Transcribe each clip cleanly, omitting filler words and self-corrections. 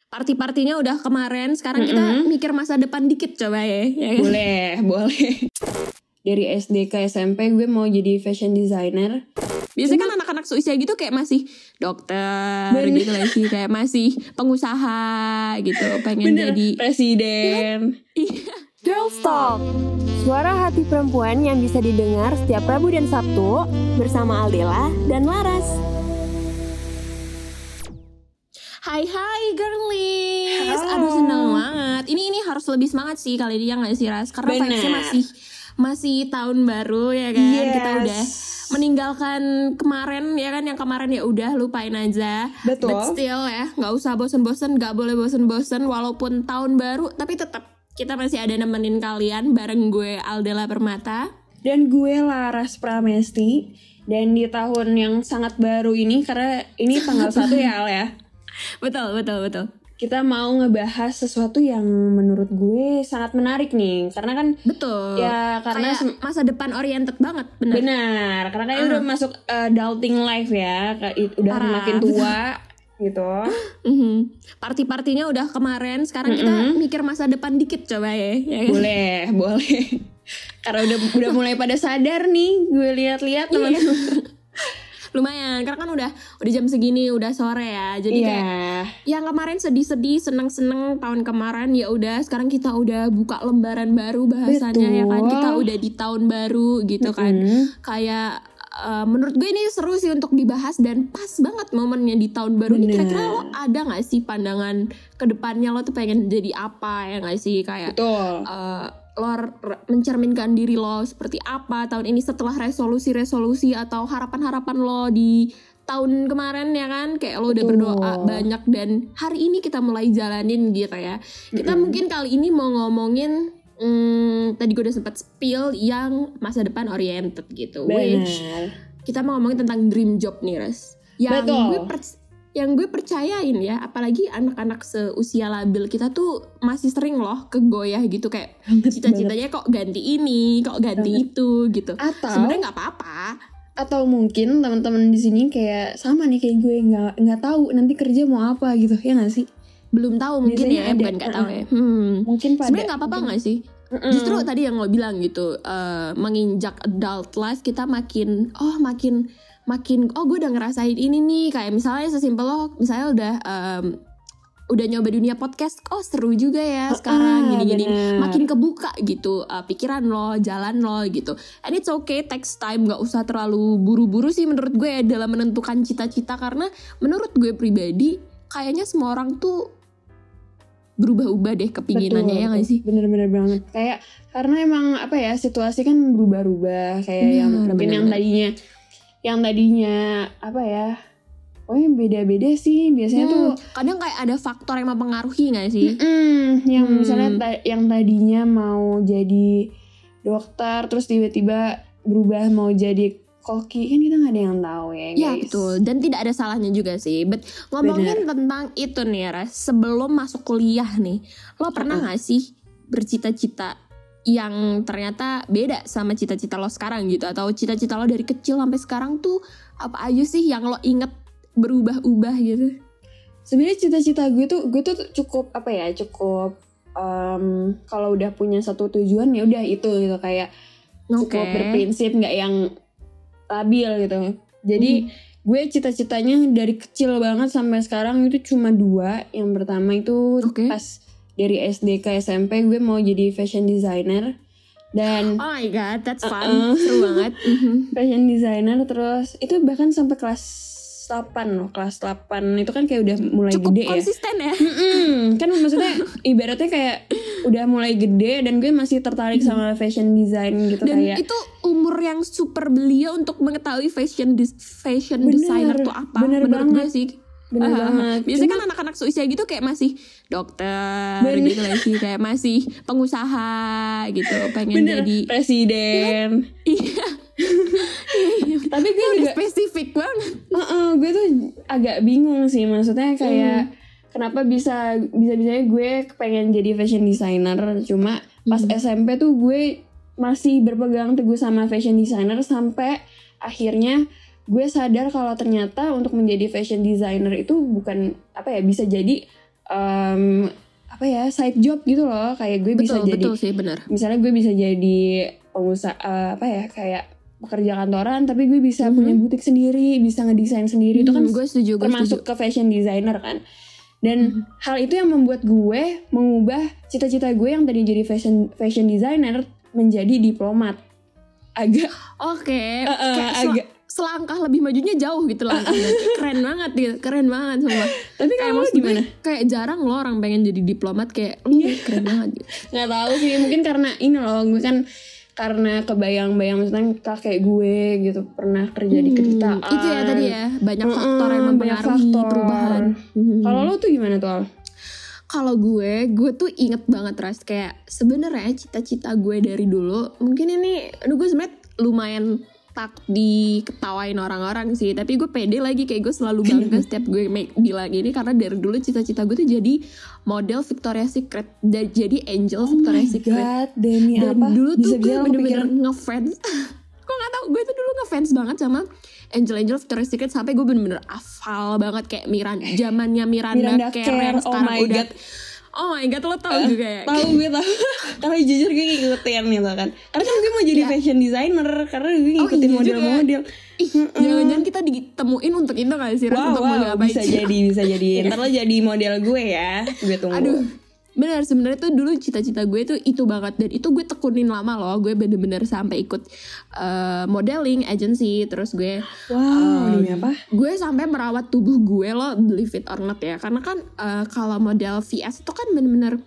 Party-partinya udah kemarin, sekarang kita mikir masa depan dikit coba ya kan? Boleh. Dari SD ke SMP gue mau jadi fashion designer. Biasanya kan anak-anak seusia gitu kayak masih dokter gitu lah sih, kayak masih pengusaha gitu, pengen jadi presiden. Iya. Girls Talk, suara hati perempuan yang bisa didengar setiap Rabu dan Sabtu bersama Aldela dan Laras. Hai girlies. Halo. Aduh seneng banget. Ini harus lebih semangat sih kali ini ya gak sih Ras? Karena vibes-nya masih tahun baru ya kan. Yes. Kita udah meninggalkan kemarin ya kan. Yang kemarin ya udah lupain aja. Betul. But still ya, gak usah bosen-bosen, gak boleh bosen-bosen. Walaupun tahun baru, tapi tetap kita masih ada nemenin kalian bareng gue Aldela Permata. Dan gue Laras Pramesti. Dan di tahun yang sangat baru ini, karena ini tanggal 1 ya Al ya. Betul. Kita mau ngebahas sesuatu yang menurut gue sangat menarik nih. Karena kan Betul. ya karena kayak masa depan oriented banget. Benar, karena kan udah masuk adulting life ya. Udah makin tua gitu. Party-partinya udah kemarin, sekarang kita mikir masa depan dikit coba ya kan? Boleh. Karena udah mulai pada sadar nih, gue lihat-lihat teman-teman. Lumayan, karena kan udah jam segini, udah sore ya. Jadi kayak yang kemarin sedih-sedih, seneng-seneng tahun kemarin ya udah, sekarang kita udah buka lembaran baru bahasanya. Betul. Ya kan. Kita udah di tahun baru gitu kan. Kayak menurut gue ini seru sih untuk dibahas dan pas banget momennya di tahun baru ini. Kira-kira lo ada gak sih pandangan ke depannya, lo tuh pengen jadi apa ya gak sih? Kayak lo mencerminkan diri lo seperti apa tahun ini setelah resolusi atau harapan-harapan lo di tahun kemarin ya kan. Kayak lo udah berdoa banyak dan hari ini kita mulai jalanin gitu ya. Kita mungkin kali ini mau ngomongin tadi gue udah sempat spill yang masa depan oriented gitu. Which kita mau ngomongin tentang dream job nih Res. Yang gue percayain ya, apalagi anak-anak seusia labil kita tuh masih sering loh kegoyah gitu, kayak cita-citanya kok ganti ini, kok ganti itu gitu. Atau sebenarnya nggak apa-apa. Atau mungkin teman-teman di sini kayak sama nih kayak gue, nggak tahu nanti kerja mau apa gitu, ya nggak sih? Belum tahu mungkin ya, bukan nggak tahu ya. Mungkin sebenarnya nggak apa-apa nggak sih? Justru tadi yang lo bilang gitu, menginjak adult life kita makin gue udah ngerasain ini nih. Kayak misalnya sesimpel lo misalnya udah nyoba dunia podcast, seru juga ya sekarang gini-gini, makin kebuka gitu pikiran lo, jalan lo gitu. And it's okay, takes time, gak usah terlalu buru-buru sih menurut gue ya dalam menentukan cita-cita. Karena menurut gue pribadi kayaknya semua orang tuh berubah-ubah deh kepinginannya. Betul, ya gak sih? Bener-bener banget. Kayak karena emang apa ya, situasi kan berubah-ubah. Kayak yang tadinya apa ya, yang beda-beda sih biasanya tuh. Kadang kayak ada faktor yang mempengaruhi gak sih? Yang misalnya yang tadinya mau jadi dokter terus tiba-tiba berubah mau jadi koki, kan kita gak ada yang tahu ya guys. Ya betul, dan tidak ada salahnya juga sih. But ngomongin tentang itu nih Ras, sebelum masuk kuliah nih, lo pernah gak sih bercita-cita yang ternyata beda sama cita-cita lo sekarang gitu? Atau cita-cita lo dari kecil sampai sekarang tuh apa aja sih yang lo inget berubah-ubah gitu? Sebenarnya cita-cita gue tuh cukup kalau udah punya satu tujuan ya udah itu gitu, kayak cukup berprinsip, nggak yang labil gitu. Jadi gue cita-citanya dari kecil banget sampai sekarang itu cuma 2. Yang pertama itu pas dari SD ke SMP gue mau jadi fashion designer. Dan oh my god, that's fun. Seru banget. Fashion designer, terus itu bahkan sampai kelas 8 loh. Kelas 8 itu kan kayak udah mulai cukup gede ya. Cukup konsisten ya. Kan maksudnya ibaratnya kayak udah mulai gede dan gue masih tertarik sama fashion design gitu. Dan kayak itu umur yang super belia untuk mengetahui fashion designer tuh apa. Bener menurut banget. Gue sih Bener banget. Biasanya kan anak-anak seusia gitu kayak masih dokter gitu lah sih, kayak masih pengusaha gitu, pengen jadi presiden. Iya. Tapi gue juga spesifik banget. Gue tuh agak bingung sih, maksudnya kayak kenapa bisa-bisanya gue pengen jadi fashion designer. Cuma pas SMP tuh gue masih berpegang teguh sama fashion designer sampai akhirnya gue sadar kalau ternyata untuk menjadi fashion designer itu bukan bisa jadi apa ya, side job gitu loh. Kayak gue bisa jadi, betul sih, benar. Misalnya gue bisa jadi pengusaha apa ya, kayak pekerja kantoran, tapi gue bisa punya butik sendiri, bisa ngedesain sendiri. Itu kan gue setuju, termasuk ke fashion designer kan. Dan hal itu yang membuat gue mengubah cita-cita gue yang tadi jadi fashion designer menjadi diplomat. Agak agak selangkah lebih majunya jauh gitu langkahnya. Keren banget gitu, keren banget semua. Tapi kayak lo gimana? Kayak jarang lo orang pengen jadi diplomat, kayak lo keren banget gitu. Nggak tahu sih, mungkin karena ini loh, gue kan karena kebayang-bayang misalnya kakek gue gitu pernah kerja di kedutaan. Itu ya tadi ya, banyak faktor yang mempengaruhi perubahan. Kalau lo tuh gimana tuh, Al? Kalau gue tuh inget banget Ras, kayak sebenarnya cita-cita gue dari dulu, mungkin ini, gue sebenarnya lumayan takut diketawain orang-orang sih, tapi gue pede lagi, kayak gue selalu bangga setiap gue bilang ini, karena dari dulu cita-cita gue tuh jadi model Victoria's Secret, jadi angel Victoria's Secret. Dan apa? Dulu tuh gue bener-bener ngefans. Gue gak tau, gue tuh dulu ngefans banget sama angel Victoria's Secret, sampai gue bener-bener hafal banget kayak zamannya Miranda Kerr yang sekarang udah. Oh my god, lo tau juga ya? Tahu, gue tahu. Karena jujur gue ngikutin gitu kan. Karena kan gue mau jadi fashion designer, karena gue ngikutin model-model. Jangan-jangan kita ditemuin untuk itu gak sih? Untuk model apa? Bisa jadi. Ntar lo jadi model gue ya. Gue tunggu. Aduh, benar, sebenarnya tuh dulu cita-cita gue tuh itu banget, dan itu gue tekunin lama loh. Gue bener-bener sampai ikut modeling agency, terus gue apa? Gue sampai merawat tubuh gue, lo believe it or not ya, karena kan kalau model VS itu kan bener-bener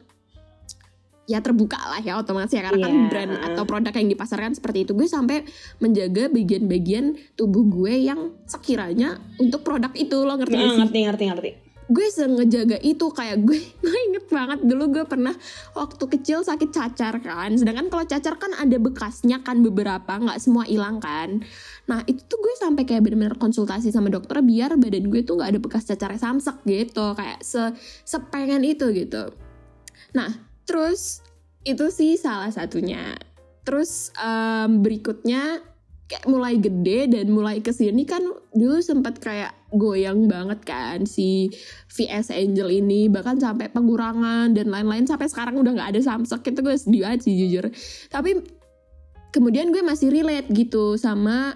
ya terbuka lah ya otomatis ya, karena kan brand atau produk yang dipasarkan seperti itu. Gue sampai menjaga bagian-bagian tubuh gue yang sekiranya untuk produk itu, lo ngerti gak sih? Ngerti. Gue ngejaga itu, kayak gue inget banget dulu gue pernah waktu kecil sakit cacar kan, sedangkan kalau cacar kan ada bekasnya kan, beberapa, nggak semua hilang kan. Nah itu tuh gue sampai kayak benar-benar konsultasi sama dokter biar badan gue tuh nggak ada bekas cacarnya samsek gitu, kayak sepengen itu gitu. Nah terus itu sih salah satunya. Terus berikutnya kayak mulai gede dan mulai kesini kan, dulu sempat kayak goyang banget kan si VS Angel ini, bahkan sampai pengurangan dan lain-lain, sampai sekarang udah nggak ada samsek. Itu gue sedih banget sih jujur. Tapi kemudian gue masih relate gitu sama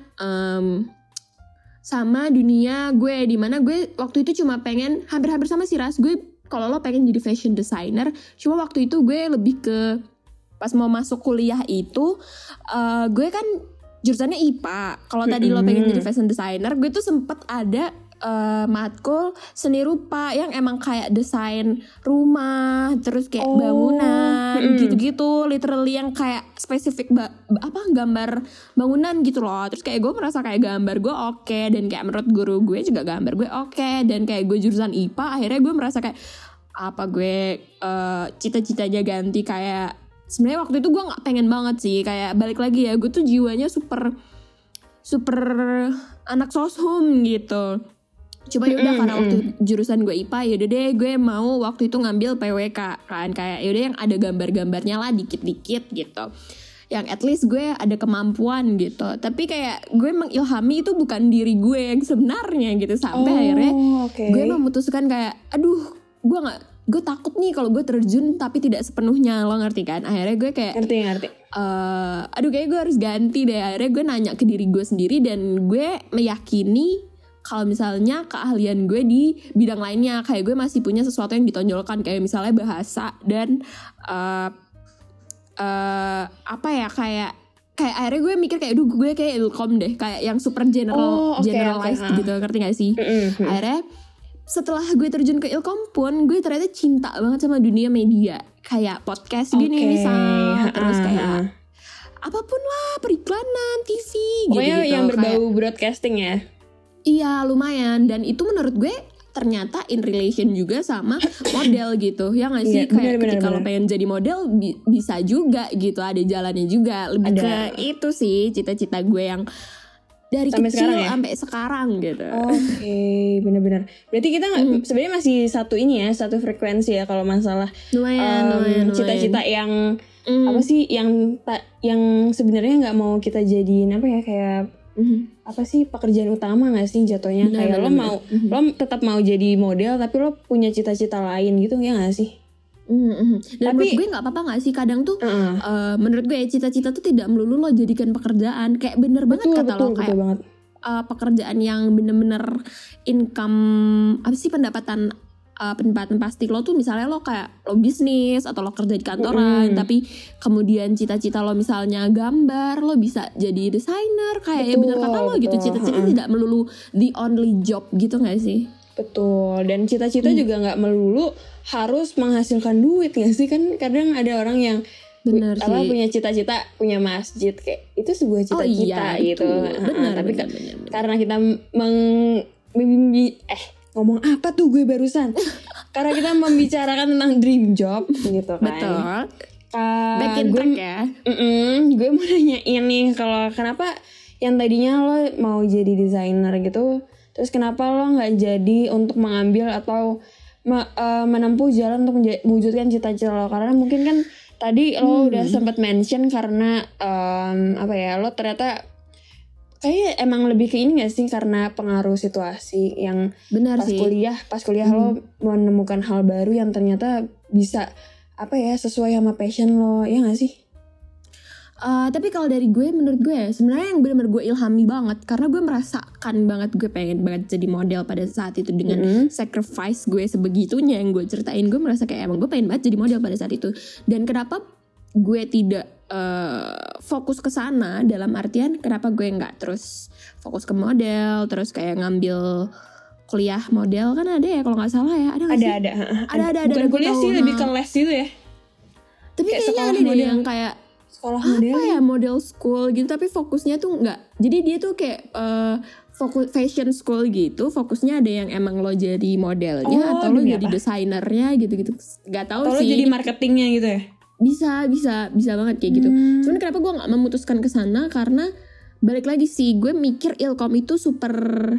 dunia gue, dimana gue waktu itu cuma pengen hampir-hampir sama si Ras. Gue kalau lo pengen jadi fashion designer, cuma waktu itu gue lebih ke pas mau masuk kuliah itu gue kan jurusannya IPA. Kalau tadi lo pengen jadi fashion designer, gue tuh sempet ada matkul seni rupa yang emang kayak desain rumah, terus kayak bangunan gitu-gitu, literally yang kayak spesifik gambar bangunan gitu loh. Terus kayak gue merasa kayak gambar gue oke, dan kayak menurut guru gue juga gambar gue oke, dan kayak gue jurusan IPA, akhirnya gue merasa kayak apa gue cita-citanya ganti. Kayak sebenarnya waktu itu gue nggak pengen banget sih, kayak balik lagi ya, gue tuh jiwanya super anak soshum gitu. Cuma yaudah karena waktu jurusan gue IPA, yaudah deh gue mau waktu itu ngambil PWK kan, kayak yaudah yang ada gambar-gambarnya lah dikit-dikit gitu, yang at least gue ada kemampuan gitu. Tapi kayak gue mengilhami itu bukan diri gue yang sebenarnya gitu, sampai akhirnya gue memutuskan kayak gue takut nih kalau gue terjun tapi tidak sepenuhnya, lo ngerti kan? Akhirnya gue kayak ngerti. Kayak gue harus ganti deh. Akhirnya gue nanya ke diri gue sendiri, dan gue meyakini kalau misalnya keahlian gue di bidang lainnya, kayak gue masih punya sesuatu yang ditonjolkan, kayak misalnya bahasa dan kayak akhirnya gue mikir kayak gue kayak ilkom deh, kayak yang super generalized gitu, ngerti gak sih? Akhirnya setelah gue terjun ke ilkom pun, gue ternyata cinta banget sama dunia media, kayak podcast gini misal, terus kayak apapun lah, periklanan, TV pokoknya gitu-gitu, yang berbau kayak broadcasting ya. Iya lumayan, dan itu menurut gue ternyata in relation juga sama model gitu, ya nggak sih? Kayak ketika lo pengen jadi model bisa juga gitu, ada jalannya juga. Lebih ke itu sih cita-cita gue yang dari sampai kecil sampai sekarang gitu. Benar-benar. Berarti kita sebenarnya masih satu frekuensi ya kalau masalah lumayan cita-cita yang apa sih yang sebenarnya nggak mau kita jadiin apa ya, kayak apa sih pekerjaan utama nggak sih jatuhnya? Kayak lo mau lo tetap mau jadi model tapi lo punya cita-cita lain gitu ya nggak sih? Dan menurut gue nggak apa-apa nggak sih kadang tuh menurut gue cita-cita tuh tidak melulu lo jadikan pekerjaan. Kayak bener banget kata lo kayak banget. Pekerjaan yang bener-bener income apa sih pendapatan pasti lo tuh misalnya lo kayak lo bisnis atau lo kerja di kantoran tapi kemudian cita-cita lo misalnya gambar, lo bisa jadi desainer kayak ya bener kata lo gitu. Cita-cita tidak melulu the only job gitu gak sih? Betul. Dan cita-cita juga gak melulu harus menghasilkan duit gak sih? Kan kadang ada orang yang punya cita-cita punya masjid kayak itu sebuah cita-cita gitu. Tapi karena kita ngomong apa tuh gue barusan? Karena kita membicarakan tentang dream job gitu kan. Betul. Back in track ya. Gue mau nanya ini kalau kenapa yang tadinya lo mau jadi desainer gitu, terus kenapa lo nggak jadi untuk mengambil atau menempuh jalan untuk mewujudkan cita-cita lo? Karena mungkin kan tadi lo udah sempat mention karena lo ternyata kayak emang lebih ke ini gak sih karena pengaruh situasi yang benar pas kuliah lo menemukan hal baru yang ternyata bisa sesuai sama passion lo, ya gak sih? Tapi kalau dari gue, menurut gue sebenarnya yang benar-benar gue ilhami banget karena gue merasakan banget gue pengen banget jadi model pada saat itu dengan sacrifice gue sebegitunya yang gue ceritain. Gue merasa kayak emang gue pengen banget jadi model pada saat itu. Dan kenapa gue tidak fokus ke sana dalam artian kenapa gue nggak terus fokus ke model terus kayak ngambil kuliah model kan ada ya kalau nggak salah ya ada bukan kuliah sih lebih ke les gitu ya tapi kayaknya ada deh yang kayak sekolah model ya model school gitu tapi fokusnya tuh nggak jadi dia tuh kayak fokus fashion school gitu fokusnya ada yang emang lo jadi modelnya atau lo jadi desainernya gitu nggak tahu atau sih lo jadi marketingnya gitu ya bisa banget kayak gitu. Cuman kenapa gue nggak memutuskan ke sana karena balik lagi sih gue mikir ilkom itu super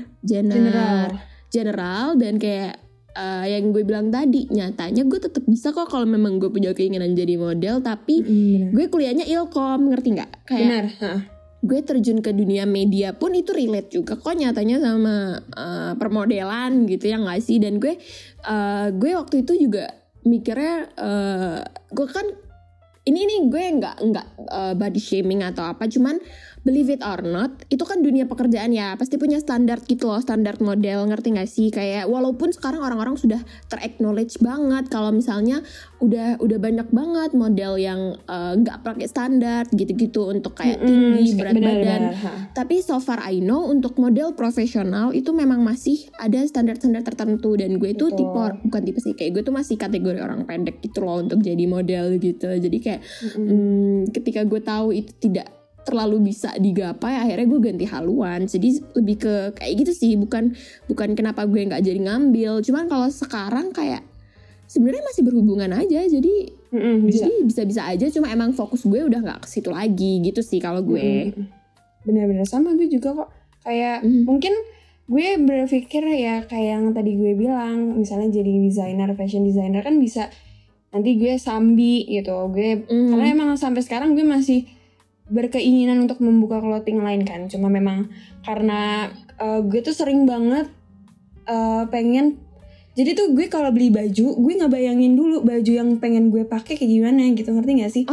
general dan kayak yang gue bilang tadi nyatanya gue tetap bisa kok kalau memang gue punya keinginan jadi model tapi gue kuliahnya ilkom ngerti nggak? Kayak gue terjun ke dunia media pun itu relate juga kok nyatanya sama permodelan gitu ya nggak sih dan gue waktu itu juga mikirnya gue kan ini gue nggak body shaming atau apa cuman believe it or not itu kan dunia pekerjaan ya pasti punya standar gitu loh standar model ngerti nggak sih kayak walaupun sekarang orang-orang sudah ter-acknowledge banget kalau misalnya udah banyak banget model yang nggak pakai standar gitu-gitu untuk kayak tinggi berat badan tapi so far I know untuk model profesional itu memang masih ada standar-standar tertentu dan gue itu bukan tipe sih kayak gue tuh masih kategori orang pendek gitu loh untuk jadi model gitu jadi kayak ketika gue tahu itu tidak terlalu bisa digapai akhirnya gue ganti haluan jadi lebih ke kayak gitu sih bukan kenapa gue nggak jadi ngambil cuman kalau sekarang kayak sebenarnya masih berhubungan aja jadi bisa aja cuma emang fokus gue udah nggak ke situ lagi gitu sih kalau gue benar-benar sama gue juga kok kayak mungkin gue berpikir ya kayak yang tadi gue bilang misalnya jadi desainer fashion designer kan bisa nanti gue sambi gitu gue karena emang sampai sekarang gue masih berkeinginan untuk membuka clothing line kan cuma memang karena gue tuh sering banget pengen jadi tuh gue kalau beli baju gue nggak bayangin dulu baju yang pengen gue pakai kayak gimana gitu ngerti nggak sih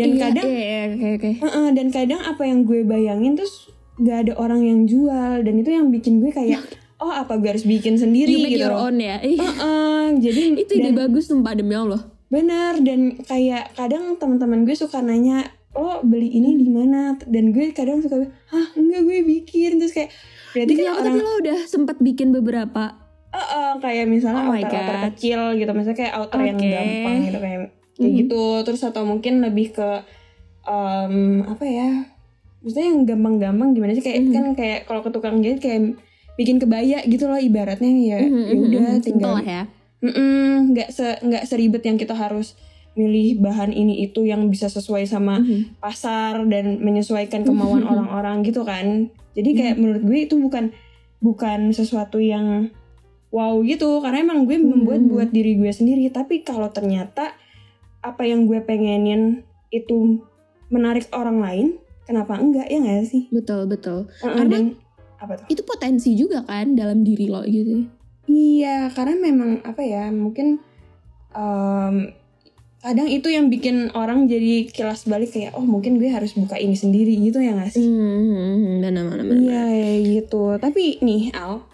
dan kadang apa yang gue bayangin terus nggak ada orang yang jual dan itu yang bikin gue kayak apa gue harus bikin sendiri you make gitu your own ya jadi itu ide bagus sumpah demi Allah benar dan kayak kadang teman-teman gue suka nanya lo beli ini di mana dan gue kadang suka enggak gue bikin terus kayak berarti kan orang tapi lo udah sempat bikin beberapa kayak misalnya outer kecil gitu misalnya kayak outer yang gampang gitu kayak gitu terus atau mungkin lebih ke maksudnya yang gampang-gampang gimana sih kayak kan kayak kalau ke tukang jahit kayak bikin kebaya gitu loh ibaratnya ya udah tinggal ya nggak seribet yang kita harus milih bahan ini itu yang bisa sesuai sama pasar dan menyesuaikan kemauan orang-orang gitu kan jadi kayak menurut gue itu bukan sesuatu yang wow gitu karena emang gue buat diri gue sendiri tapi kalau ternyata apa yang gue pengenin itu menarik orang lain kenapa enggak ya nggak sih? Betul. Karena apa tuh? Itu potensi juga kan dalam diri lo gitu. Iya, karena memang apa ya, mungkin kadang itu yang bikin orang jadi kilas balik kayak mungkin gue harus buka ini sendiri gitu ya nggak sih? Benar. Iya gitu. Tapi nih Al,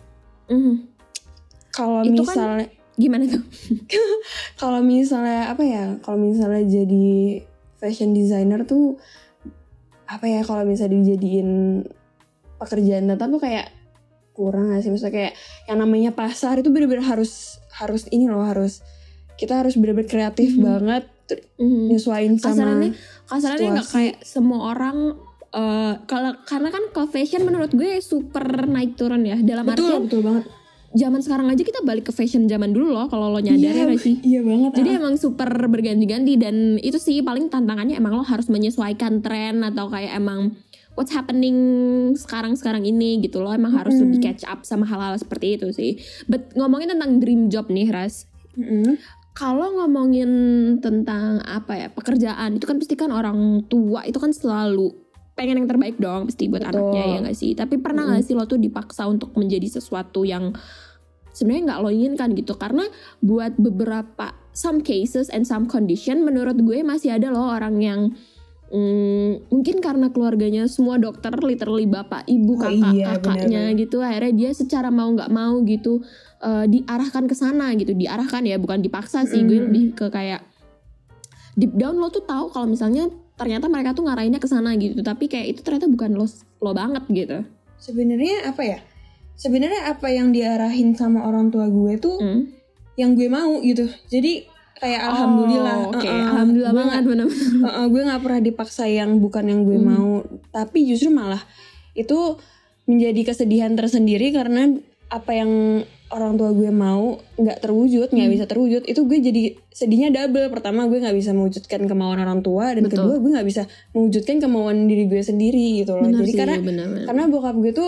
kalau misalnya kan, gimana tuh? Kalau misalnya apa ya? Kalau misalnya jadi fashion designer tuh apa ya? Kalau misalnya dijadiin pekerjaan tetap tuh kayak kurang gak sih? Maksudnya kayak yang namanya pasar itu bener-bener harus ini loh, kita harus bener-bener kreatif banget nyesuaiin sama kasarannya nggak kayak semua orang karena kan ke fashion menurut gue super naik turun ya, dalam artian betul banget. Zaman sekarang aja kita balik ke fashion zaman dulu loh, kalau lo nyadar ya gak sih? Iya banget. Jadi emang super berganti-ganti, dan itu sih paling tantangannya emang lo harus menyesuaikan tren atau kayak emang what's happening sekarang ini gitu. Lo emang harus lebih catch up sama hal-hal seperti itu sih. But ngomongin tentang dream job nih Ras, kalau ngomongin tentang apa ya, pekerjaan itu kan pasti kan orang tua itu kan selalu pengen yang terbaik dong pasti buat anaknya, ya gak sih? Tapi pernah gak sih lo tuh dipaksa untuk menjadi sesuatu yang sebenarnya gak lo inginkan gitu? Karena buat beberapa some cases and some condition, menurut gue masih ada loh orang yang mungkin karena keluarganya semua dokter, literally bapak, ibu, kakaknya bener. Gitu, akhirnya dia secara mau gak mau gitu diarahkan ke sana gitu. Diarahkan ya, bukan dipaksa sih. Gue lebih ke kayak deep down lo tuh tahu kalau misalnya ternyata mereka tuh ngarahinnya ke sana gitu, tapi kayak itu ternyata bukan lo banget gitu. Sebenarnya apa ya? Sebenarnya apa yang diarahin sama orang tua gue tuh yang gue mau gitu. Jadi kayak alhamdulillah. Alhamdulillah banget benar-benar. Gue nggak pernah dipaksa yang bukan yang gue mau, tapi justru malah itu menjadi kesedihan tersendiri karena apa yang orang tua gue mau nggak terwujud, nggak bisa terwujud. Itu gue jadi sedihnya double. Pertama gue nggak bisa mewujudkan kemauan orang tua, dan kedua gue nggak bisa mewujudkan kemauan diri gue sendiri gitu loh. Jadi karena bokap gue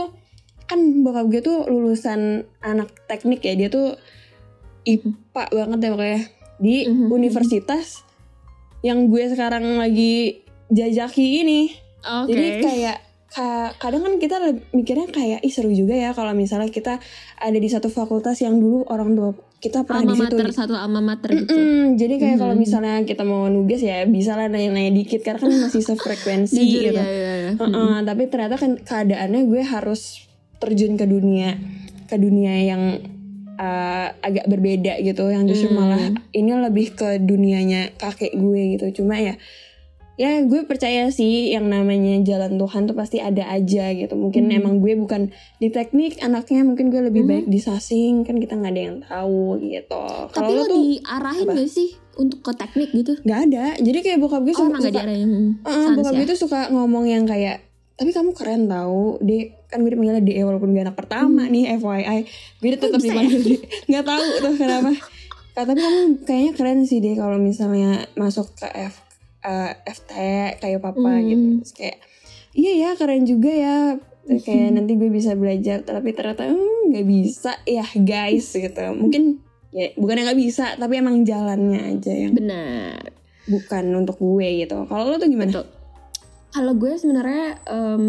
tuh lulusan anak teknik ya, dia tuh IPA banget ya pokoknya di universitas yang gue sekarang lagi jajaki ini. Jadi kayak kadang kan kita mikirnya kayak seru juga ya kalau misalnya kita ada di satu fakultas yang dulu orang tua kita pernah di situ. Satu alma mater gitu. Jadi kayak kalau misalnya kita mau nugas ya bisa lah nanya-nanya dikit karena kan masih sefrekuensi gitu. Ya. Tapi ternyata kan keadaannya gue harus terjun ke dunia yang agak berbeda gitu, yang justru malah ini lebih ke dunianya kakek gue gitu. Cuma ya gue percaya sih yang namanya jalan Tuhan tuh pasti ada aja gitu. Mungkin emang gue bukan di teknik anaknya, mungkin gue lebih baik di sasing, kan kita nggak ada yang tahu gitu. Tapi lo diarahin gak sih untuk ke teknik gitu? Nggak ada. Jadi kayak bokap gue nggak diarahin. Bokap gue tuh suka ngomong yang kayak, tapi kamu keren tau, kan gue dipanggilnya DE walaupun gue anak pertama nih, FYI. Gue tetap dipanggil DE. Nggak tahu tuh kenapa. Tapi kamu kayaknya keren sih deh kalau misalnya masuk ke FT kayak papa gitu. Terus kayak iya ya keren juga ya, kayak nanti gue bisa belajar. Tapi ternyata nggak bisa ya guys gitu. Mungkin ya bukannya nggak bisa, tapi emang jalannya aja yang benar, bukan untuk gue gitu. Kalau lo tuh gimana? Kalau gue sebenarnya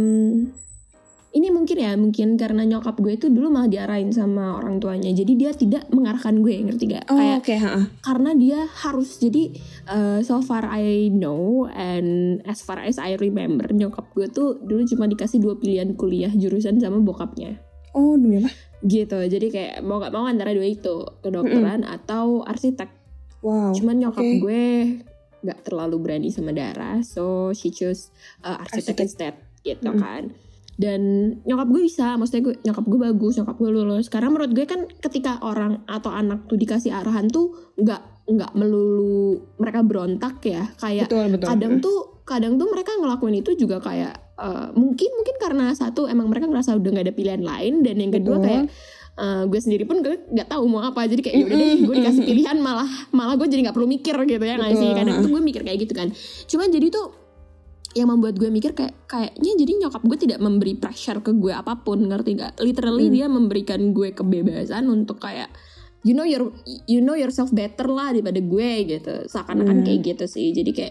ini mungkin karena nyokap gue itu dulu malah diarahin sama orang tuanya, jadi dia tidak mengarahkan gue, ngerti gak? Karena dia harus, jadi so far I know and as far as I remember, nyokap gue tuh dulu cuma dikasih 2 pilihan kuliah jurusan sama bokapnya. Oh, demi apa? Gitu, jadi kayak mau gak mau antara dua itu, kedokteran atau arsitek. Wow. Cuman nyokap gue gak terlalu berani sama darah, so she choose arsitek instead gitu kan. Dan nyokap gue bisa, maksudnya nyokap gue bagus, nyokap gue lulus. Karena menurut gue kan ketika orang atau anak tuh dikasih arahan tuh nggak melulu mereka berontak ya, kayak betul. kadang tuh mereka ngelakuin itu juga kayak mungkin karena satu emang mereka ngerasa udah nggak ada pilihan lain, dan yang kedua kayak gue sendiri pun gue nggak tahu mau apa, jadi kayak yaudah deh gue dikasih pilihan malah gue jadi nggak perlu mikir gitu ya nggak sih. Kadang tuh gue mikir kayak gitu kan. Cuman jadi tuh yang membuat gue mikir kayaknya jadi nyokap gue tidak memberi pressure ke gue apapun, ngerti gak? Literally dia memberikan gue kebebasan untuk kayak you know yourself better lah daripada gue gitu, seakan-akan kayak gitu sih. Jadi kayak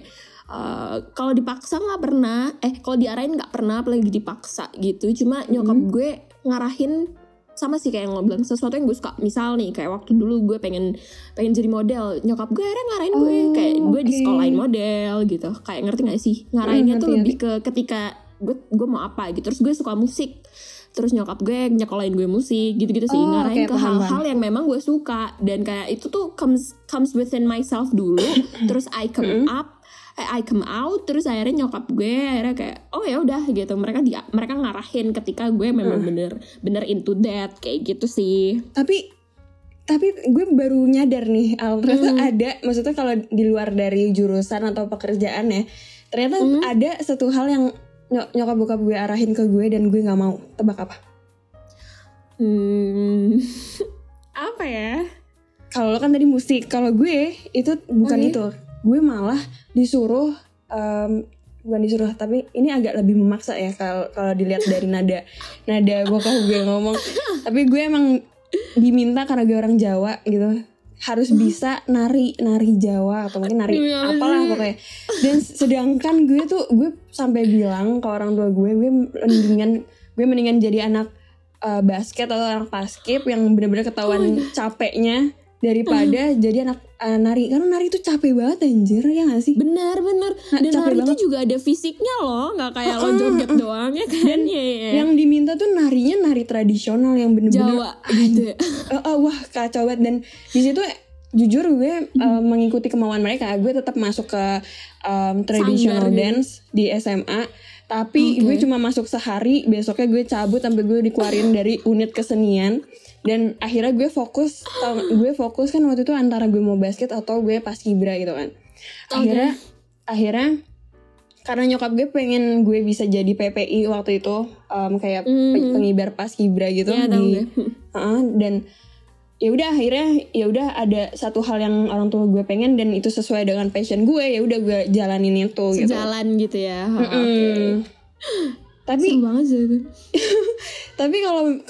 Kalau dipaksa nggak pernah, kalau diarahin nggak pernah, apalagi dipaksa gitu. Cuma nyokap gue ngarahin sama sih kayak yang lo bilang, sesuatu yang gue suka. Misal nih kayak waktu dulu gue pengen jadi model, nyokap gue akhirnya ngarahin gue kayak gue di sekolahin model gitu. Kayak ngerti nggak sih? Ngarahinnya tuh lebih ke ketika gue mau apa gitu. Terus gue suka musik, terus nyokap gue nyekolahin gue musik gitu-gitu sih. Ngarahin ke hal-hal yang memang gue suka, dan kayak itu tuh comes within myself dulu. Terus I come out, terus akhirnya nyokap gue akhirnya kayak oh ya udah gitu, mereka ngarahin ketika gue memang bener into that kayak gitu sih. Tapi gue baru nyadar nih, ternyata ada, maksudnya kalau di luar dari jurusan atau pekerjaan ya, ternyata ada satu hal yang nyokap bokap gue arahin ke gue dan gue nggak mau. Tebak apa? Apa ya? Kalau lo kan tadi musik, kalau gue itu bukan itu. Gue malah disuruh, bukan disuruh, tapi ini agak lebih memaksa ya kalau dilihat dari nada bokap gue ngomong. Tapi gue emang diminta karena gue orang Jawa gitu, harus bisa nari Jawa atau mungkin nari apalah pokoknya. Dan sedangkan gue sampai bilang ke orang tua gue mendingan jadi anak basket atau anak paskib yang benar-benar ketahuan capeknya daripada jadi anak nari, karena nari itu capek banget anjir, ya gak sih? Bener dan nari itu juga ada fisiknya loh, gak kayak lo joget doang ya kan. Dan yang diminta tuh narinya nari tradisional yang bener-bener Jawa gitu. Wah kacau banget. Dan di situ jujur gue mengikuti kemauan mereka, gue tetap masuk ke traditional dance di SMA. Tapi gue cuma masuk sehari, besoknya gue cabut sampai gue dikeluarin dari unit kesenian. Dan akhirnya gue fokus kan waktu itu antara gue mau basket atau gue paskibra gitu kan. Akhirnya karena nyokap gue pengen gue bisa jadi PPI waktu itu, kayak pengibar paskibra gitu dan ya udah akhirnya ada satu hal yang orang tua gue pengen dan itu sesuai dengan passion gue, ya udah gue jalanin itu gitu. Sejalan gitu ya. Tapi seru banget sih itu. Tapi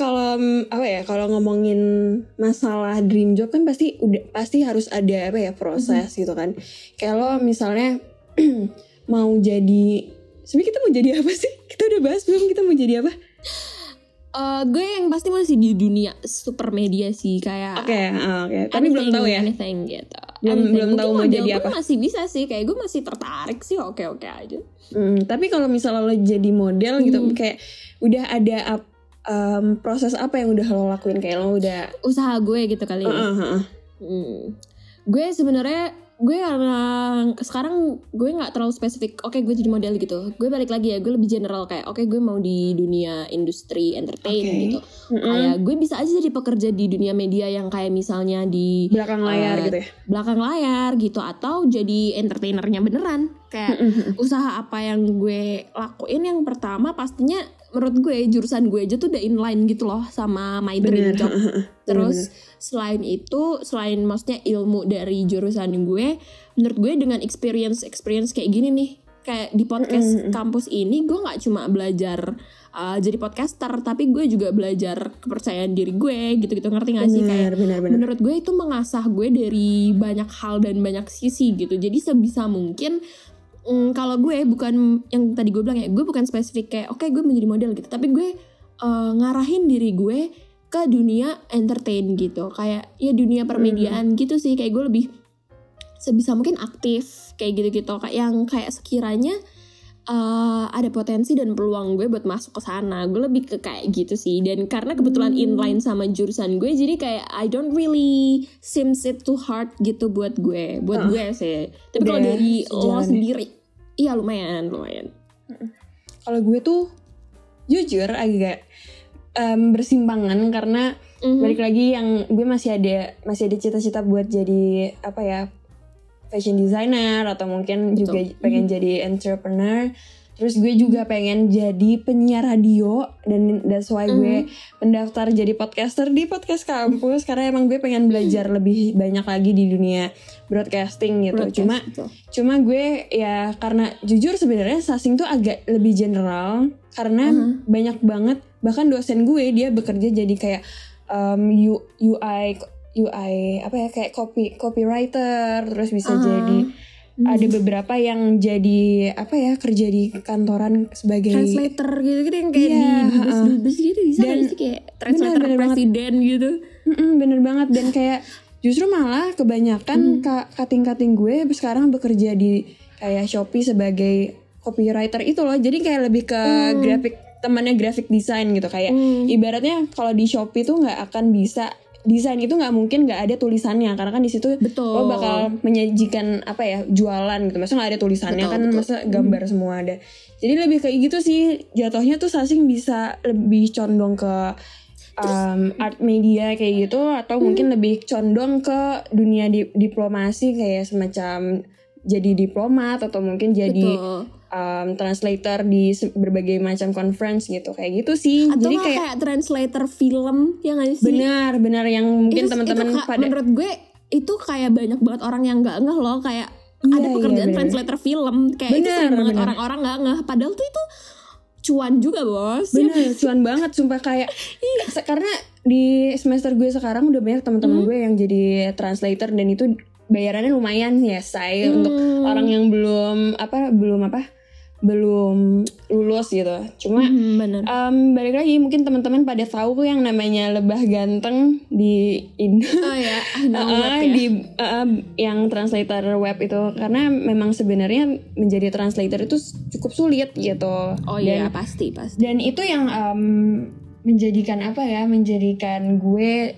kalau ngomongin masalah dream job kan pasti harus ada proses gitu kan. Kayak lo misalnya mau jadi, sebenarnya kita mau jadi apa sih? Kita udah bahas belum kita mau jadi apa? Gue yang pasti masih di dunia super media sih, kayak Oke. Tapi belum tahu ya. Anything gitu. Belum tahu mau jadi apa. Masih bisa sih, kayak gue masih tertarik sih, oke aja. Tapi kalau misalnya lo jadi model gitu, kayak udah ada proses apa yang udah lo lakuin, kayak lo udah usaha gue gitu kali ya. Gue sebenarnya sekarang gue nggak terlalu spesifik. Oke, gue jadi model gitu. Gue balik lagi ya, gue lebih general kayak gue mau di dunia industri entertain gitu. Kayak gue bisa aja jadi pekerja di dunia media yang kayak misalnya di belakang layar gitu ya. Belakang layar gitu, atau jadi entertainernya beneran. Kayak usaha apa yang gue lakuin, yang pertama pastinya menurut gue jurusan gue aja tuh udah inline gitu loh sama my dream job. Terus selain itu, selain maksudnya ilmu dari jurusan gue, menurut gue dengan experience kayak gini nih, kayak di podcast kampus ini gue nggak cuma belajar jadi podcaster, tapi gue juga belajar kepercayaan diri gue gitu, ngerti nggak sih? Kayak menurut gue itu mengasah gue dari banyak hal dan banyak sisi gitu. Jadi sebisa mungkin kalau gue bukan yang tadi gue bilang ya, gue bukan spesifik kayak gue menjadi model gitu, tapi gue ngarahin diri gue ke dunia entertain gitu, kayak ya dunia permediaan gitu sih. Kayak gue lebih sebisa mungkin aktif kayak gitu-gitu, kayak yang kayak sekiranya ada potensi dan peluang gue buat masuk ke sana, gue lebih ke kayak gitu sih. Dan karena kebetulan inline sama jurusan gue, jadi kayak I don't really seems it too hard gitu buat gue sih. Tapi kalau dari lo sendiri, iya lumayan. Kalau gue tuh jujur agak bersimpangan, karena balik lagi yang gue masih ada cita-cita buat jadi fashion designer, atau mungkin juga pengen jadi entrepreneur. Terus gue juga pengen jadi penyiar radio, dan that's why gue mendaftar jadi podcaster di podcast kampus, karena emang gue pengen belajar lebih banyak lagi di dunia broadcasting gitu. Cuma gue ya, karena jujur sebenarnya sasing tuh agak lebih general, karena banyak banget, bahkan dosen gue dia bekerja jadi kayak UI kayak copywriter, terus bisa jadi ada beberapa yang jadi apa ya, kerja di kantoran sebagai translator gitu yang kayak di dubes gitu, bisa nggak sih kayak translator bener presiden banget. Gitu. Bener banget. Dan kayak justru malah kebanyakan kating-kating gue sekarang bekerja di kayak Shopee sebagai copywriter itu loh. Jadi kayak lebih ke temannya graphic design gitu. Kayak ibaratnya kalau di Shopee tuh nggak akan bisa, desain itu nggak mungkin nggak ada tulisannya, karena kan di situ lo bakal menyajikan apa ya, jualan gitu. Masa nggak ada tulisannya, masa gambar semua ada. Jadi lebih kayak gitu sih jatuhnya tuh. Sasing bisa lebih condong ke art media kayak gitu, atau mungkin lebih condong ke dunia diplomasi kayak semacam jadi diplomat, atau mungkin jadi translator di berbagai macam conference gitu, kayak gitu sih. Atau jadi kayak translator film ya nggak sih? Benar yang mungkin teman-teman pada, menurut gue itu kayak banyak banget orang yang nggak ngeh loh, kayak ada pekerjaan translator film kayak itu sering banget orang-orang nggak ngeh, padahal tuh itu cuan juga bos. Bener, cuan banget sumpah. Kayak karena di semester gue sekarang udah banyak teman-teman gue yang jadi translator, dan itu bayarannya lumayan ya say untuk orang yang belum lulus gitu. Cuma balik lagi, mungkin teman-teman pada tahu yang namanya lebah ganteng di Indo. Oh ya, di yang translator web itu, karena memang sebenarnya menjadi translator itu cukup sulit gitu. Oh iya, pasti. Dan itu yang menjadikan gue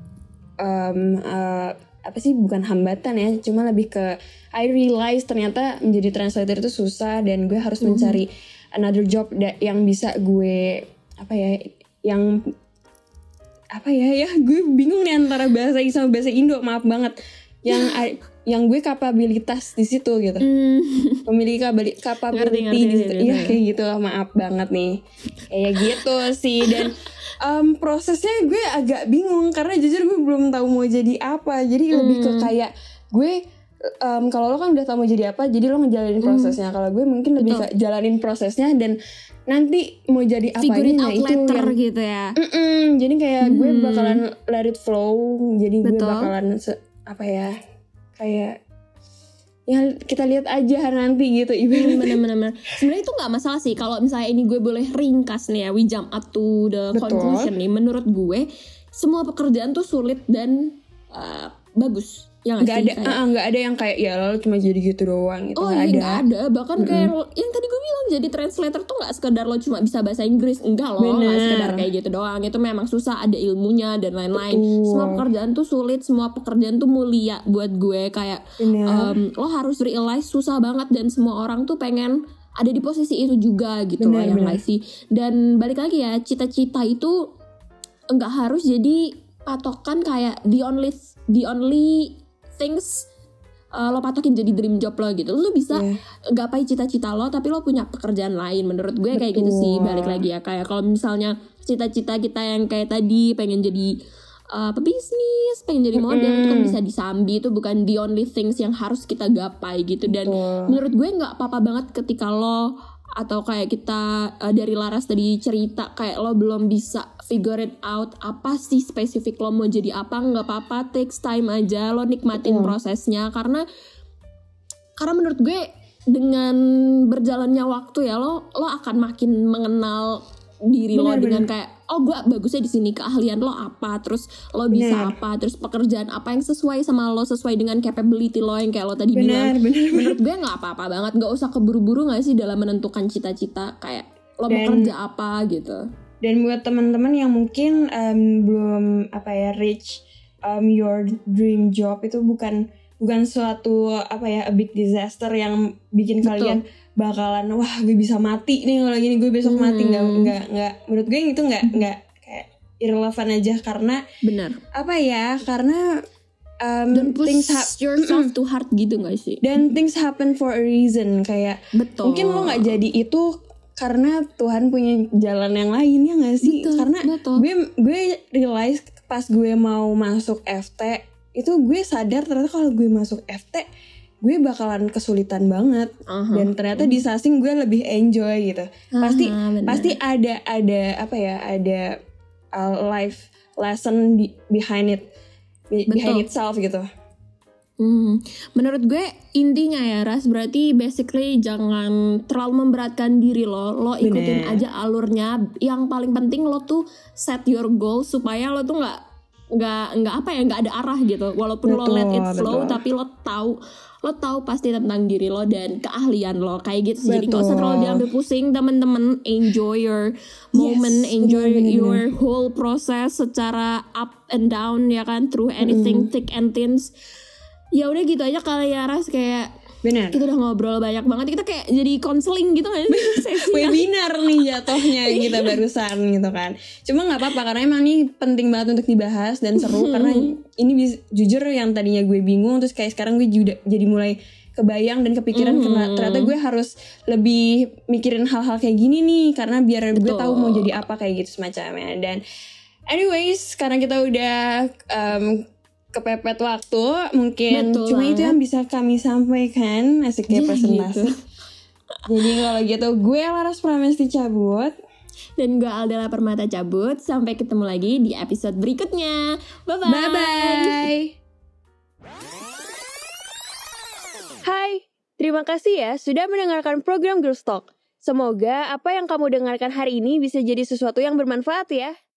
bukan hambatan ya, cuma lebih ke I realize ternyata menjadi translator itu susah, dan gue harus mencari another job yang bisa gue gue bingung nih antara bahasa Inggris sama bahasa Indo, maaf banget. Yang gue kapabilitas di situ gitu. Memiliki capability di situ. Iya kayak gitu, maaf banget nih. Kayak gitu sih. Dan prosesnya gue agak bingung, karena jujur gue belum tahu mau jadi apa. Jadi lebih ke kayak gue kalau lo kan udah tahu mau jadi apa, jadi lo ngejalanin prosesnya. Kalau gue mungkin lebih ke jalanin prosesnya, dan nanti mau jadi apa ini, nah itu yang gitu ya. Jadi kayak gue bakalan let it flow. Jadi gue bakalan kayak ya kita lihat aja nanti gitu. Bener-bener. Sebenarnya itu nggak masalah sih kalau misalnya ini gue boleh ringkas nih ya, we jump up to the conclusion nih. Menurut gue semua pekerjaan tuh sulit dan bagus. Nggak ada yang kayak ya lo cuma jadi gitu doang gitu. Nggak ada. Bahkan kayak yang tadi gue bilang, jadi translator tuh nggak sekedar lo cuma bisa bahasa Inggris, enggak loh, nggak sekedar kayak gitu doang. Itu memang susah, ada ilmunya dan lain-lain. Semua pekerjaan tuh sulit, semua pekerjaan tuh mulia buat gue. Kayak lo harus realize susah banget, dan semua orang tuh pengen ada di posisi itu juga gitu loh, yang nggak sih. Dan balik lagi ya, cita-cita itu nggak harus jadi patokan kayak the only things lo patokin jadi dream job lo gitu. Lo bisa gapai cita-cita lo, tapi lo punya pekerjaan lain. Menurut gue kayak gitu sih. Balik lagi ya, kayak kalau misalnya cita-cita kita yang kayak tadi pengen jadi pebisnis, pengen jadi model, itu kan bisa disambi. Itu bukan the only things yang harus kita gapai gitu. Dan menurut gue gak apa-apa banget ketika lo, atau kayak kita dari Laras tadi cerita, kayak lo belum bisa figure it out apa sih spesifik lo mau jadi apa. Nggak apa-apa, takes time aja, lo nikmatin prosesnya, karena menurut gue dengan berjalannya waktu ya lo akan makin mengenal diri lo dengan kayak gue bagusnya di sini, keahlian lo apa, terus lo bisa apa, terus pekerjaan apa yang sesuai sama lo, sesuai dengan capability lo yang kayak lo tadi bilang. Menurut gue nggak apa-apa banget, nggak usah keburu-buru nggak sih dalam menentukan cita-cita, kayak lo mau kerja apa gitu. Dan buat teman-teman yang mungkin belum reach your dream job, itu bukan suatu a big disaster yang bikin kalian bakalan wah gue bisa mati nih kalau gini, gue besok mati. Nggak menurut gue itu nggak kayak irrelevant aja, karena karena don't push yourself too hard gitu nggak sih. Dan things happen for a reason, kayak mungkin lo nggak jadi itu karena Tuhan punya jalan yang lain, ya nggak sih. Karena gue realize pas gue mau masuk FT itu, gue sadar ternyata kalau gue masuk FT gue bakalan kesulitan banget. Dan ternyata di Sasing gue lebih enjoy gitu. Pasti ada life lesson behind itself gitu. Menurut gue intinya ya Ras, berarti basically jangan terlalu memberatkan diri lo ikutin aja alurnya. Yang paling penting lo tuh set your goal supaya lo tuh nggak ada arah gitu. Walaupun lo let it flow, tapi lo tahu pasti tentang diri lo dan keahlian lo kayak gitu. Jadi gak usah terlalu diambil pusing, temen-temen. Enjoy your moment, enjoy your whole process secara up and down ya kan, through anything thick and thins. Ya udah gitu aja kali ya Ras, kayak benar. Kita udah ngobrol banyak banget, kita kayak jadi konseling gitu kan. Webinar nih jatuhnya kita barusan gitu kan. Cuma nggak apa-apa karena emang nih penting banget untuk dibahas dan seru. Karena ini jujur yang tadinya gue bingung, terus kayak sekarang gue juga jadi mulai kebayang dan kepikiran ternyata gue harus lebih mikirin hal-hal kayak gini nih, karena biar gue tahu mau jadi apa kayak gitu semacamnya. Dan anyways, sekarang kita udah kepepet waktu mungkin. Betul cuma banget. Itu yang bisa kami sampaikan, asik kayak presentasi gitu. Jadi kalau gitu gue Laras Pramesti cabut dan gue Aldela Permata cabut. Sampai ketemu lagi di episode berikutnya. Bye bye. Hai, terima kasih ya sudah mendengarkan program Girls Talk. Semoga apa yang kamu dengarkan hari ini bisa jadi sesuatu yang bermanfaat ya.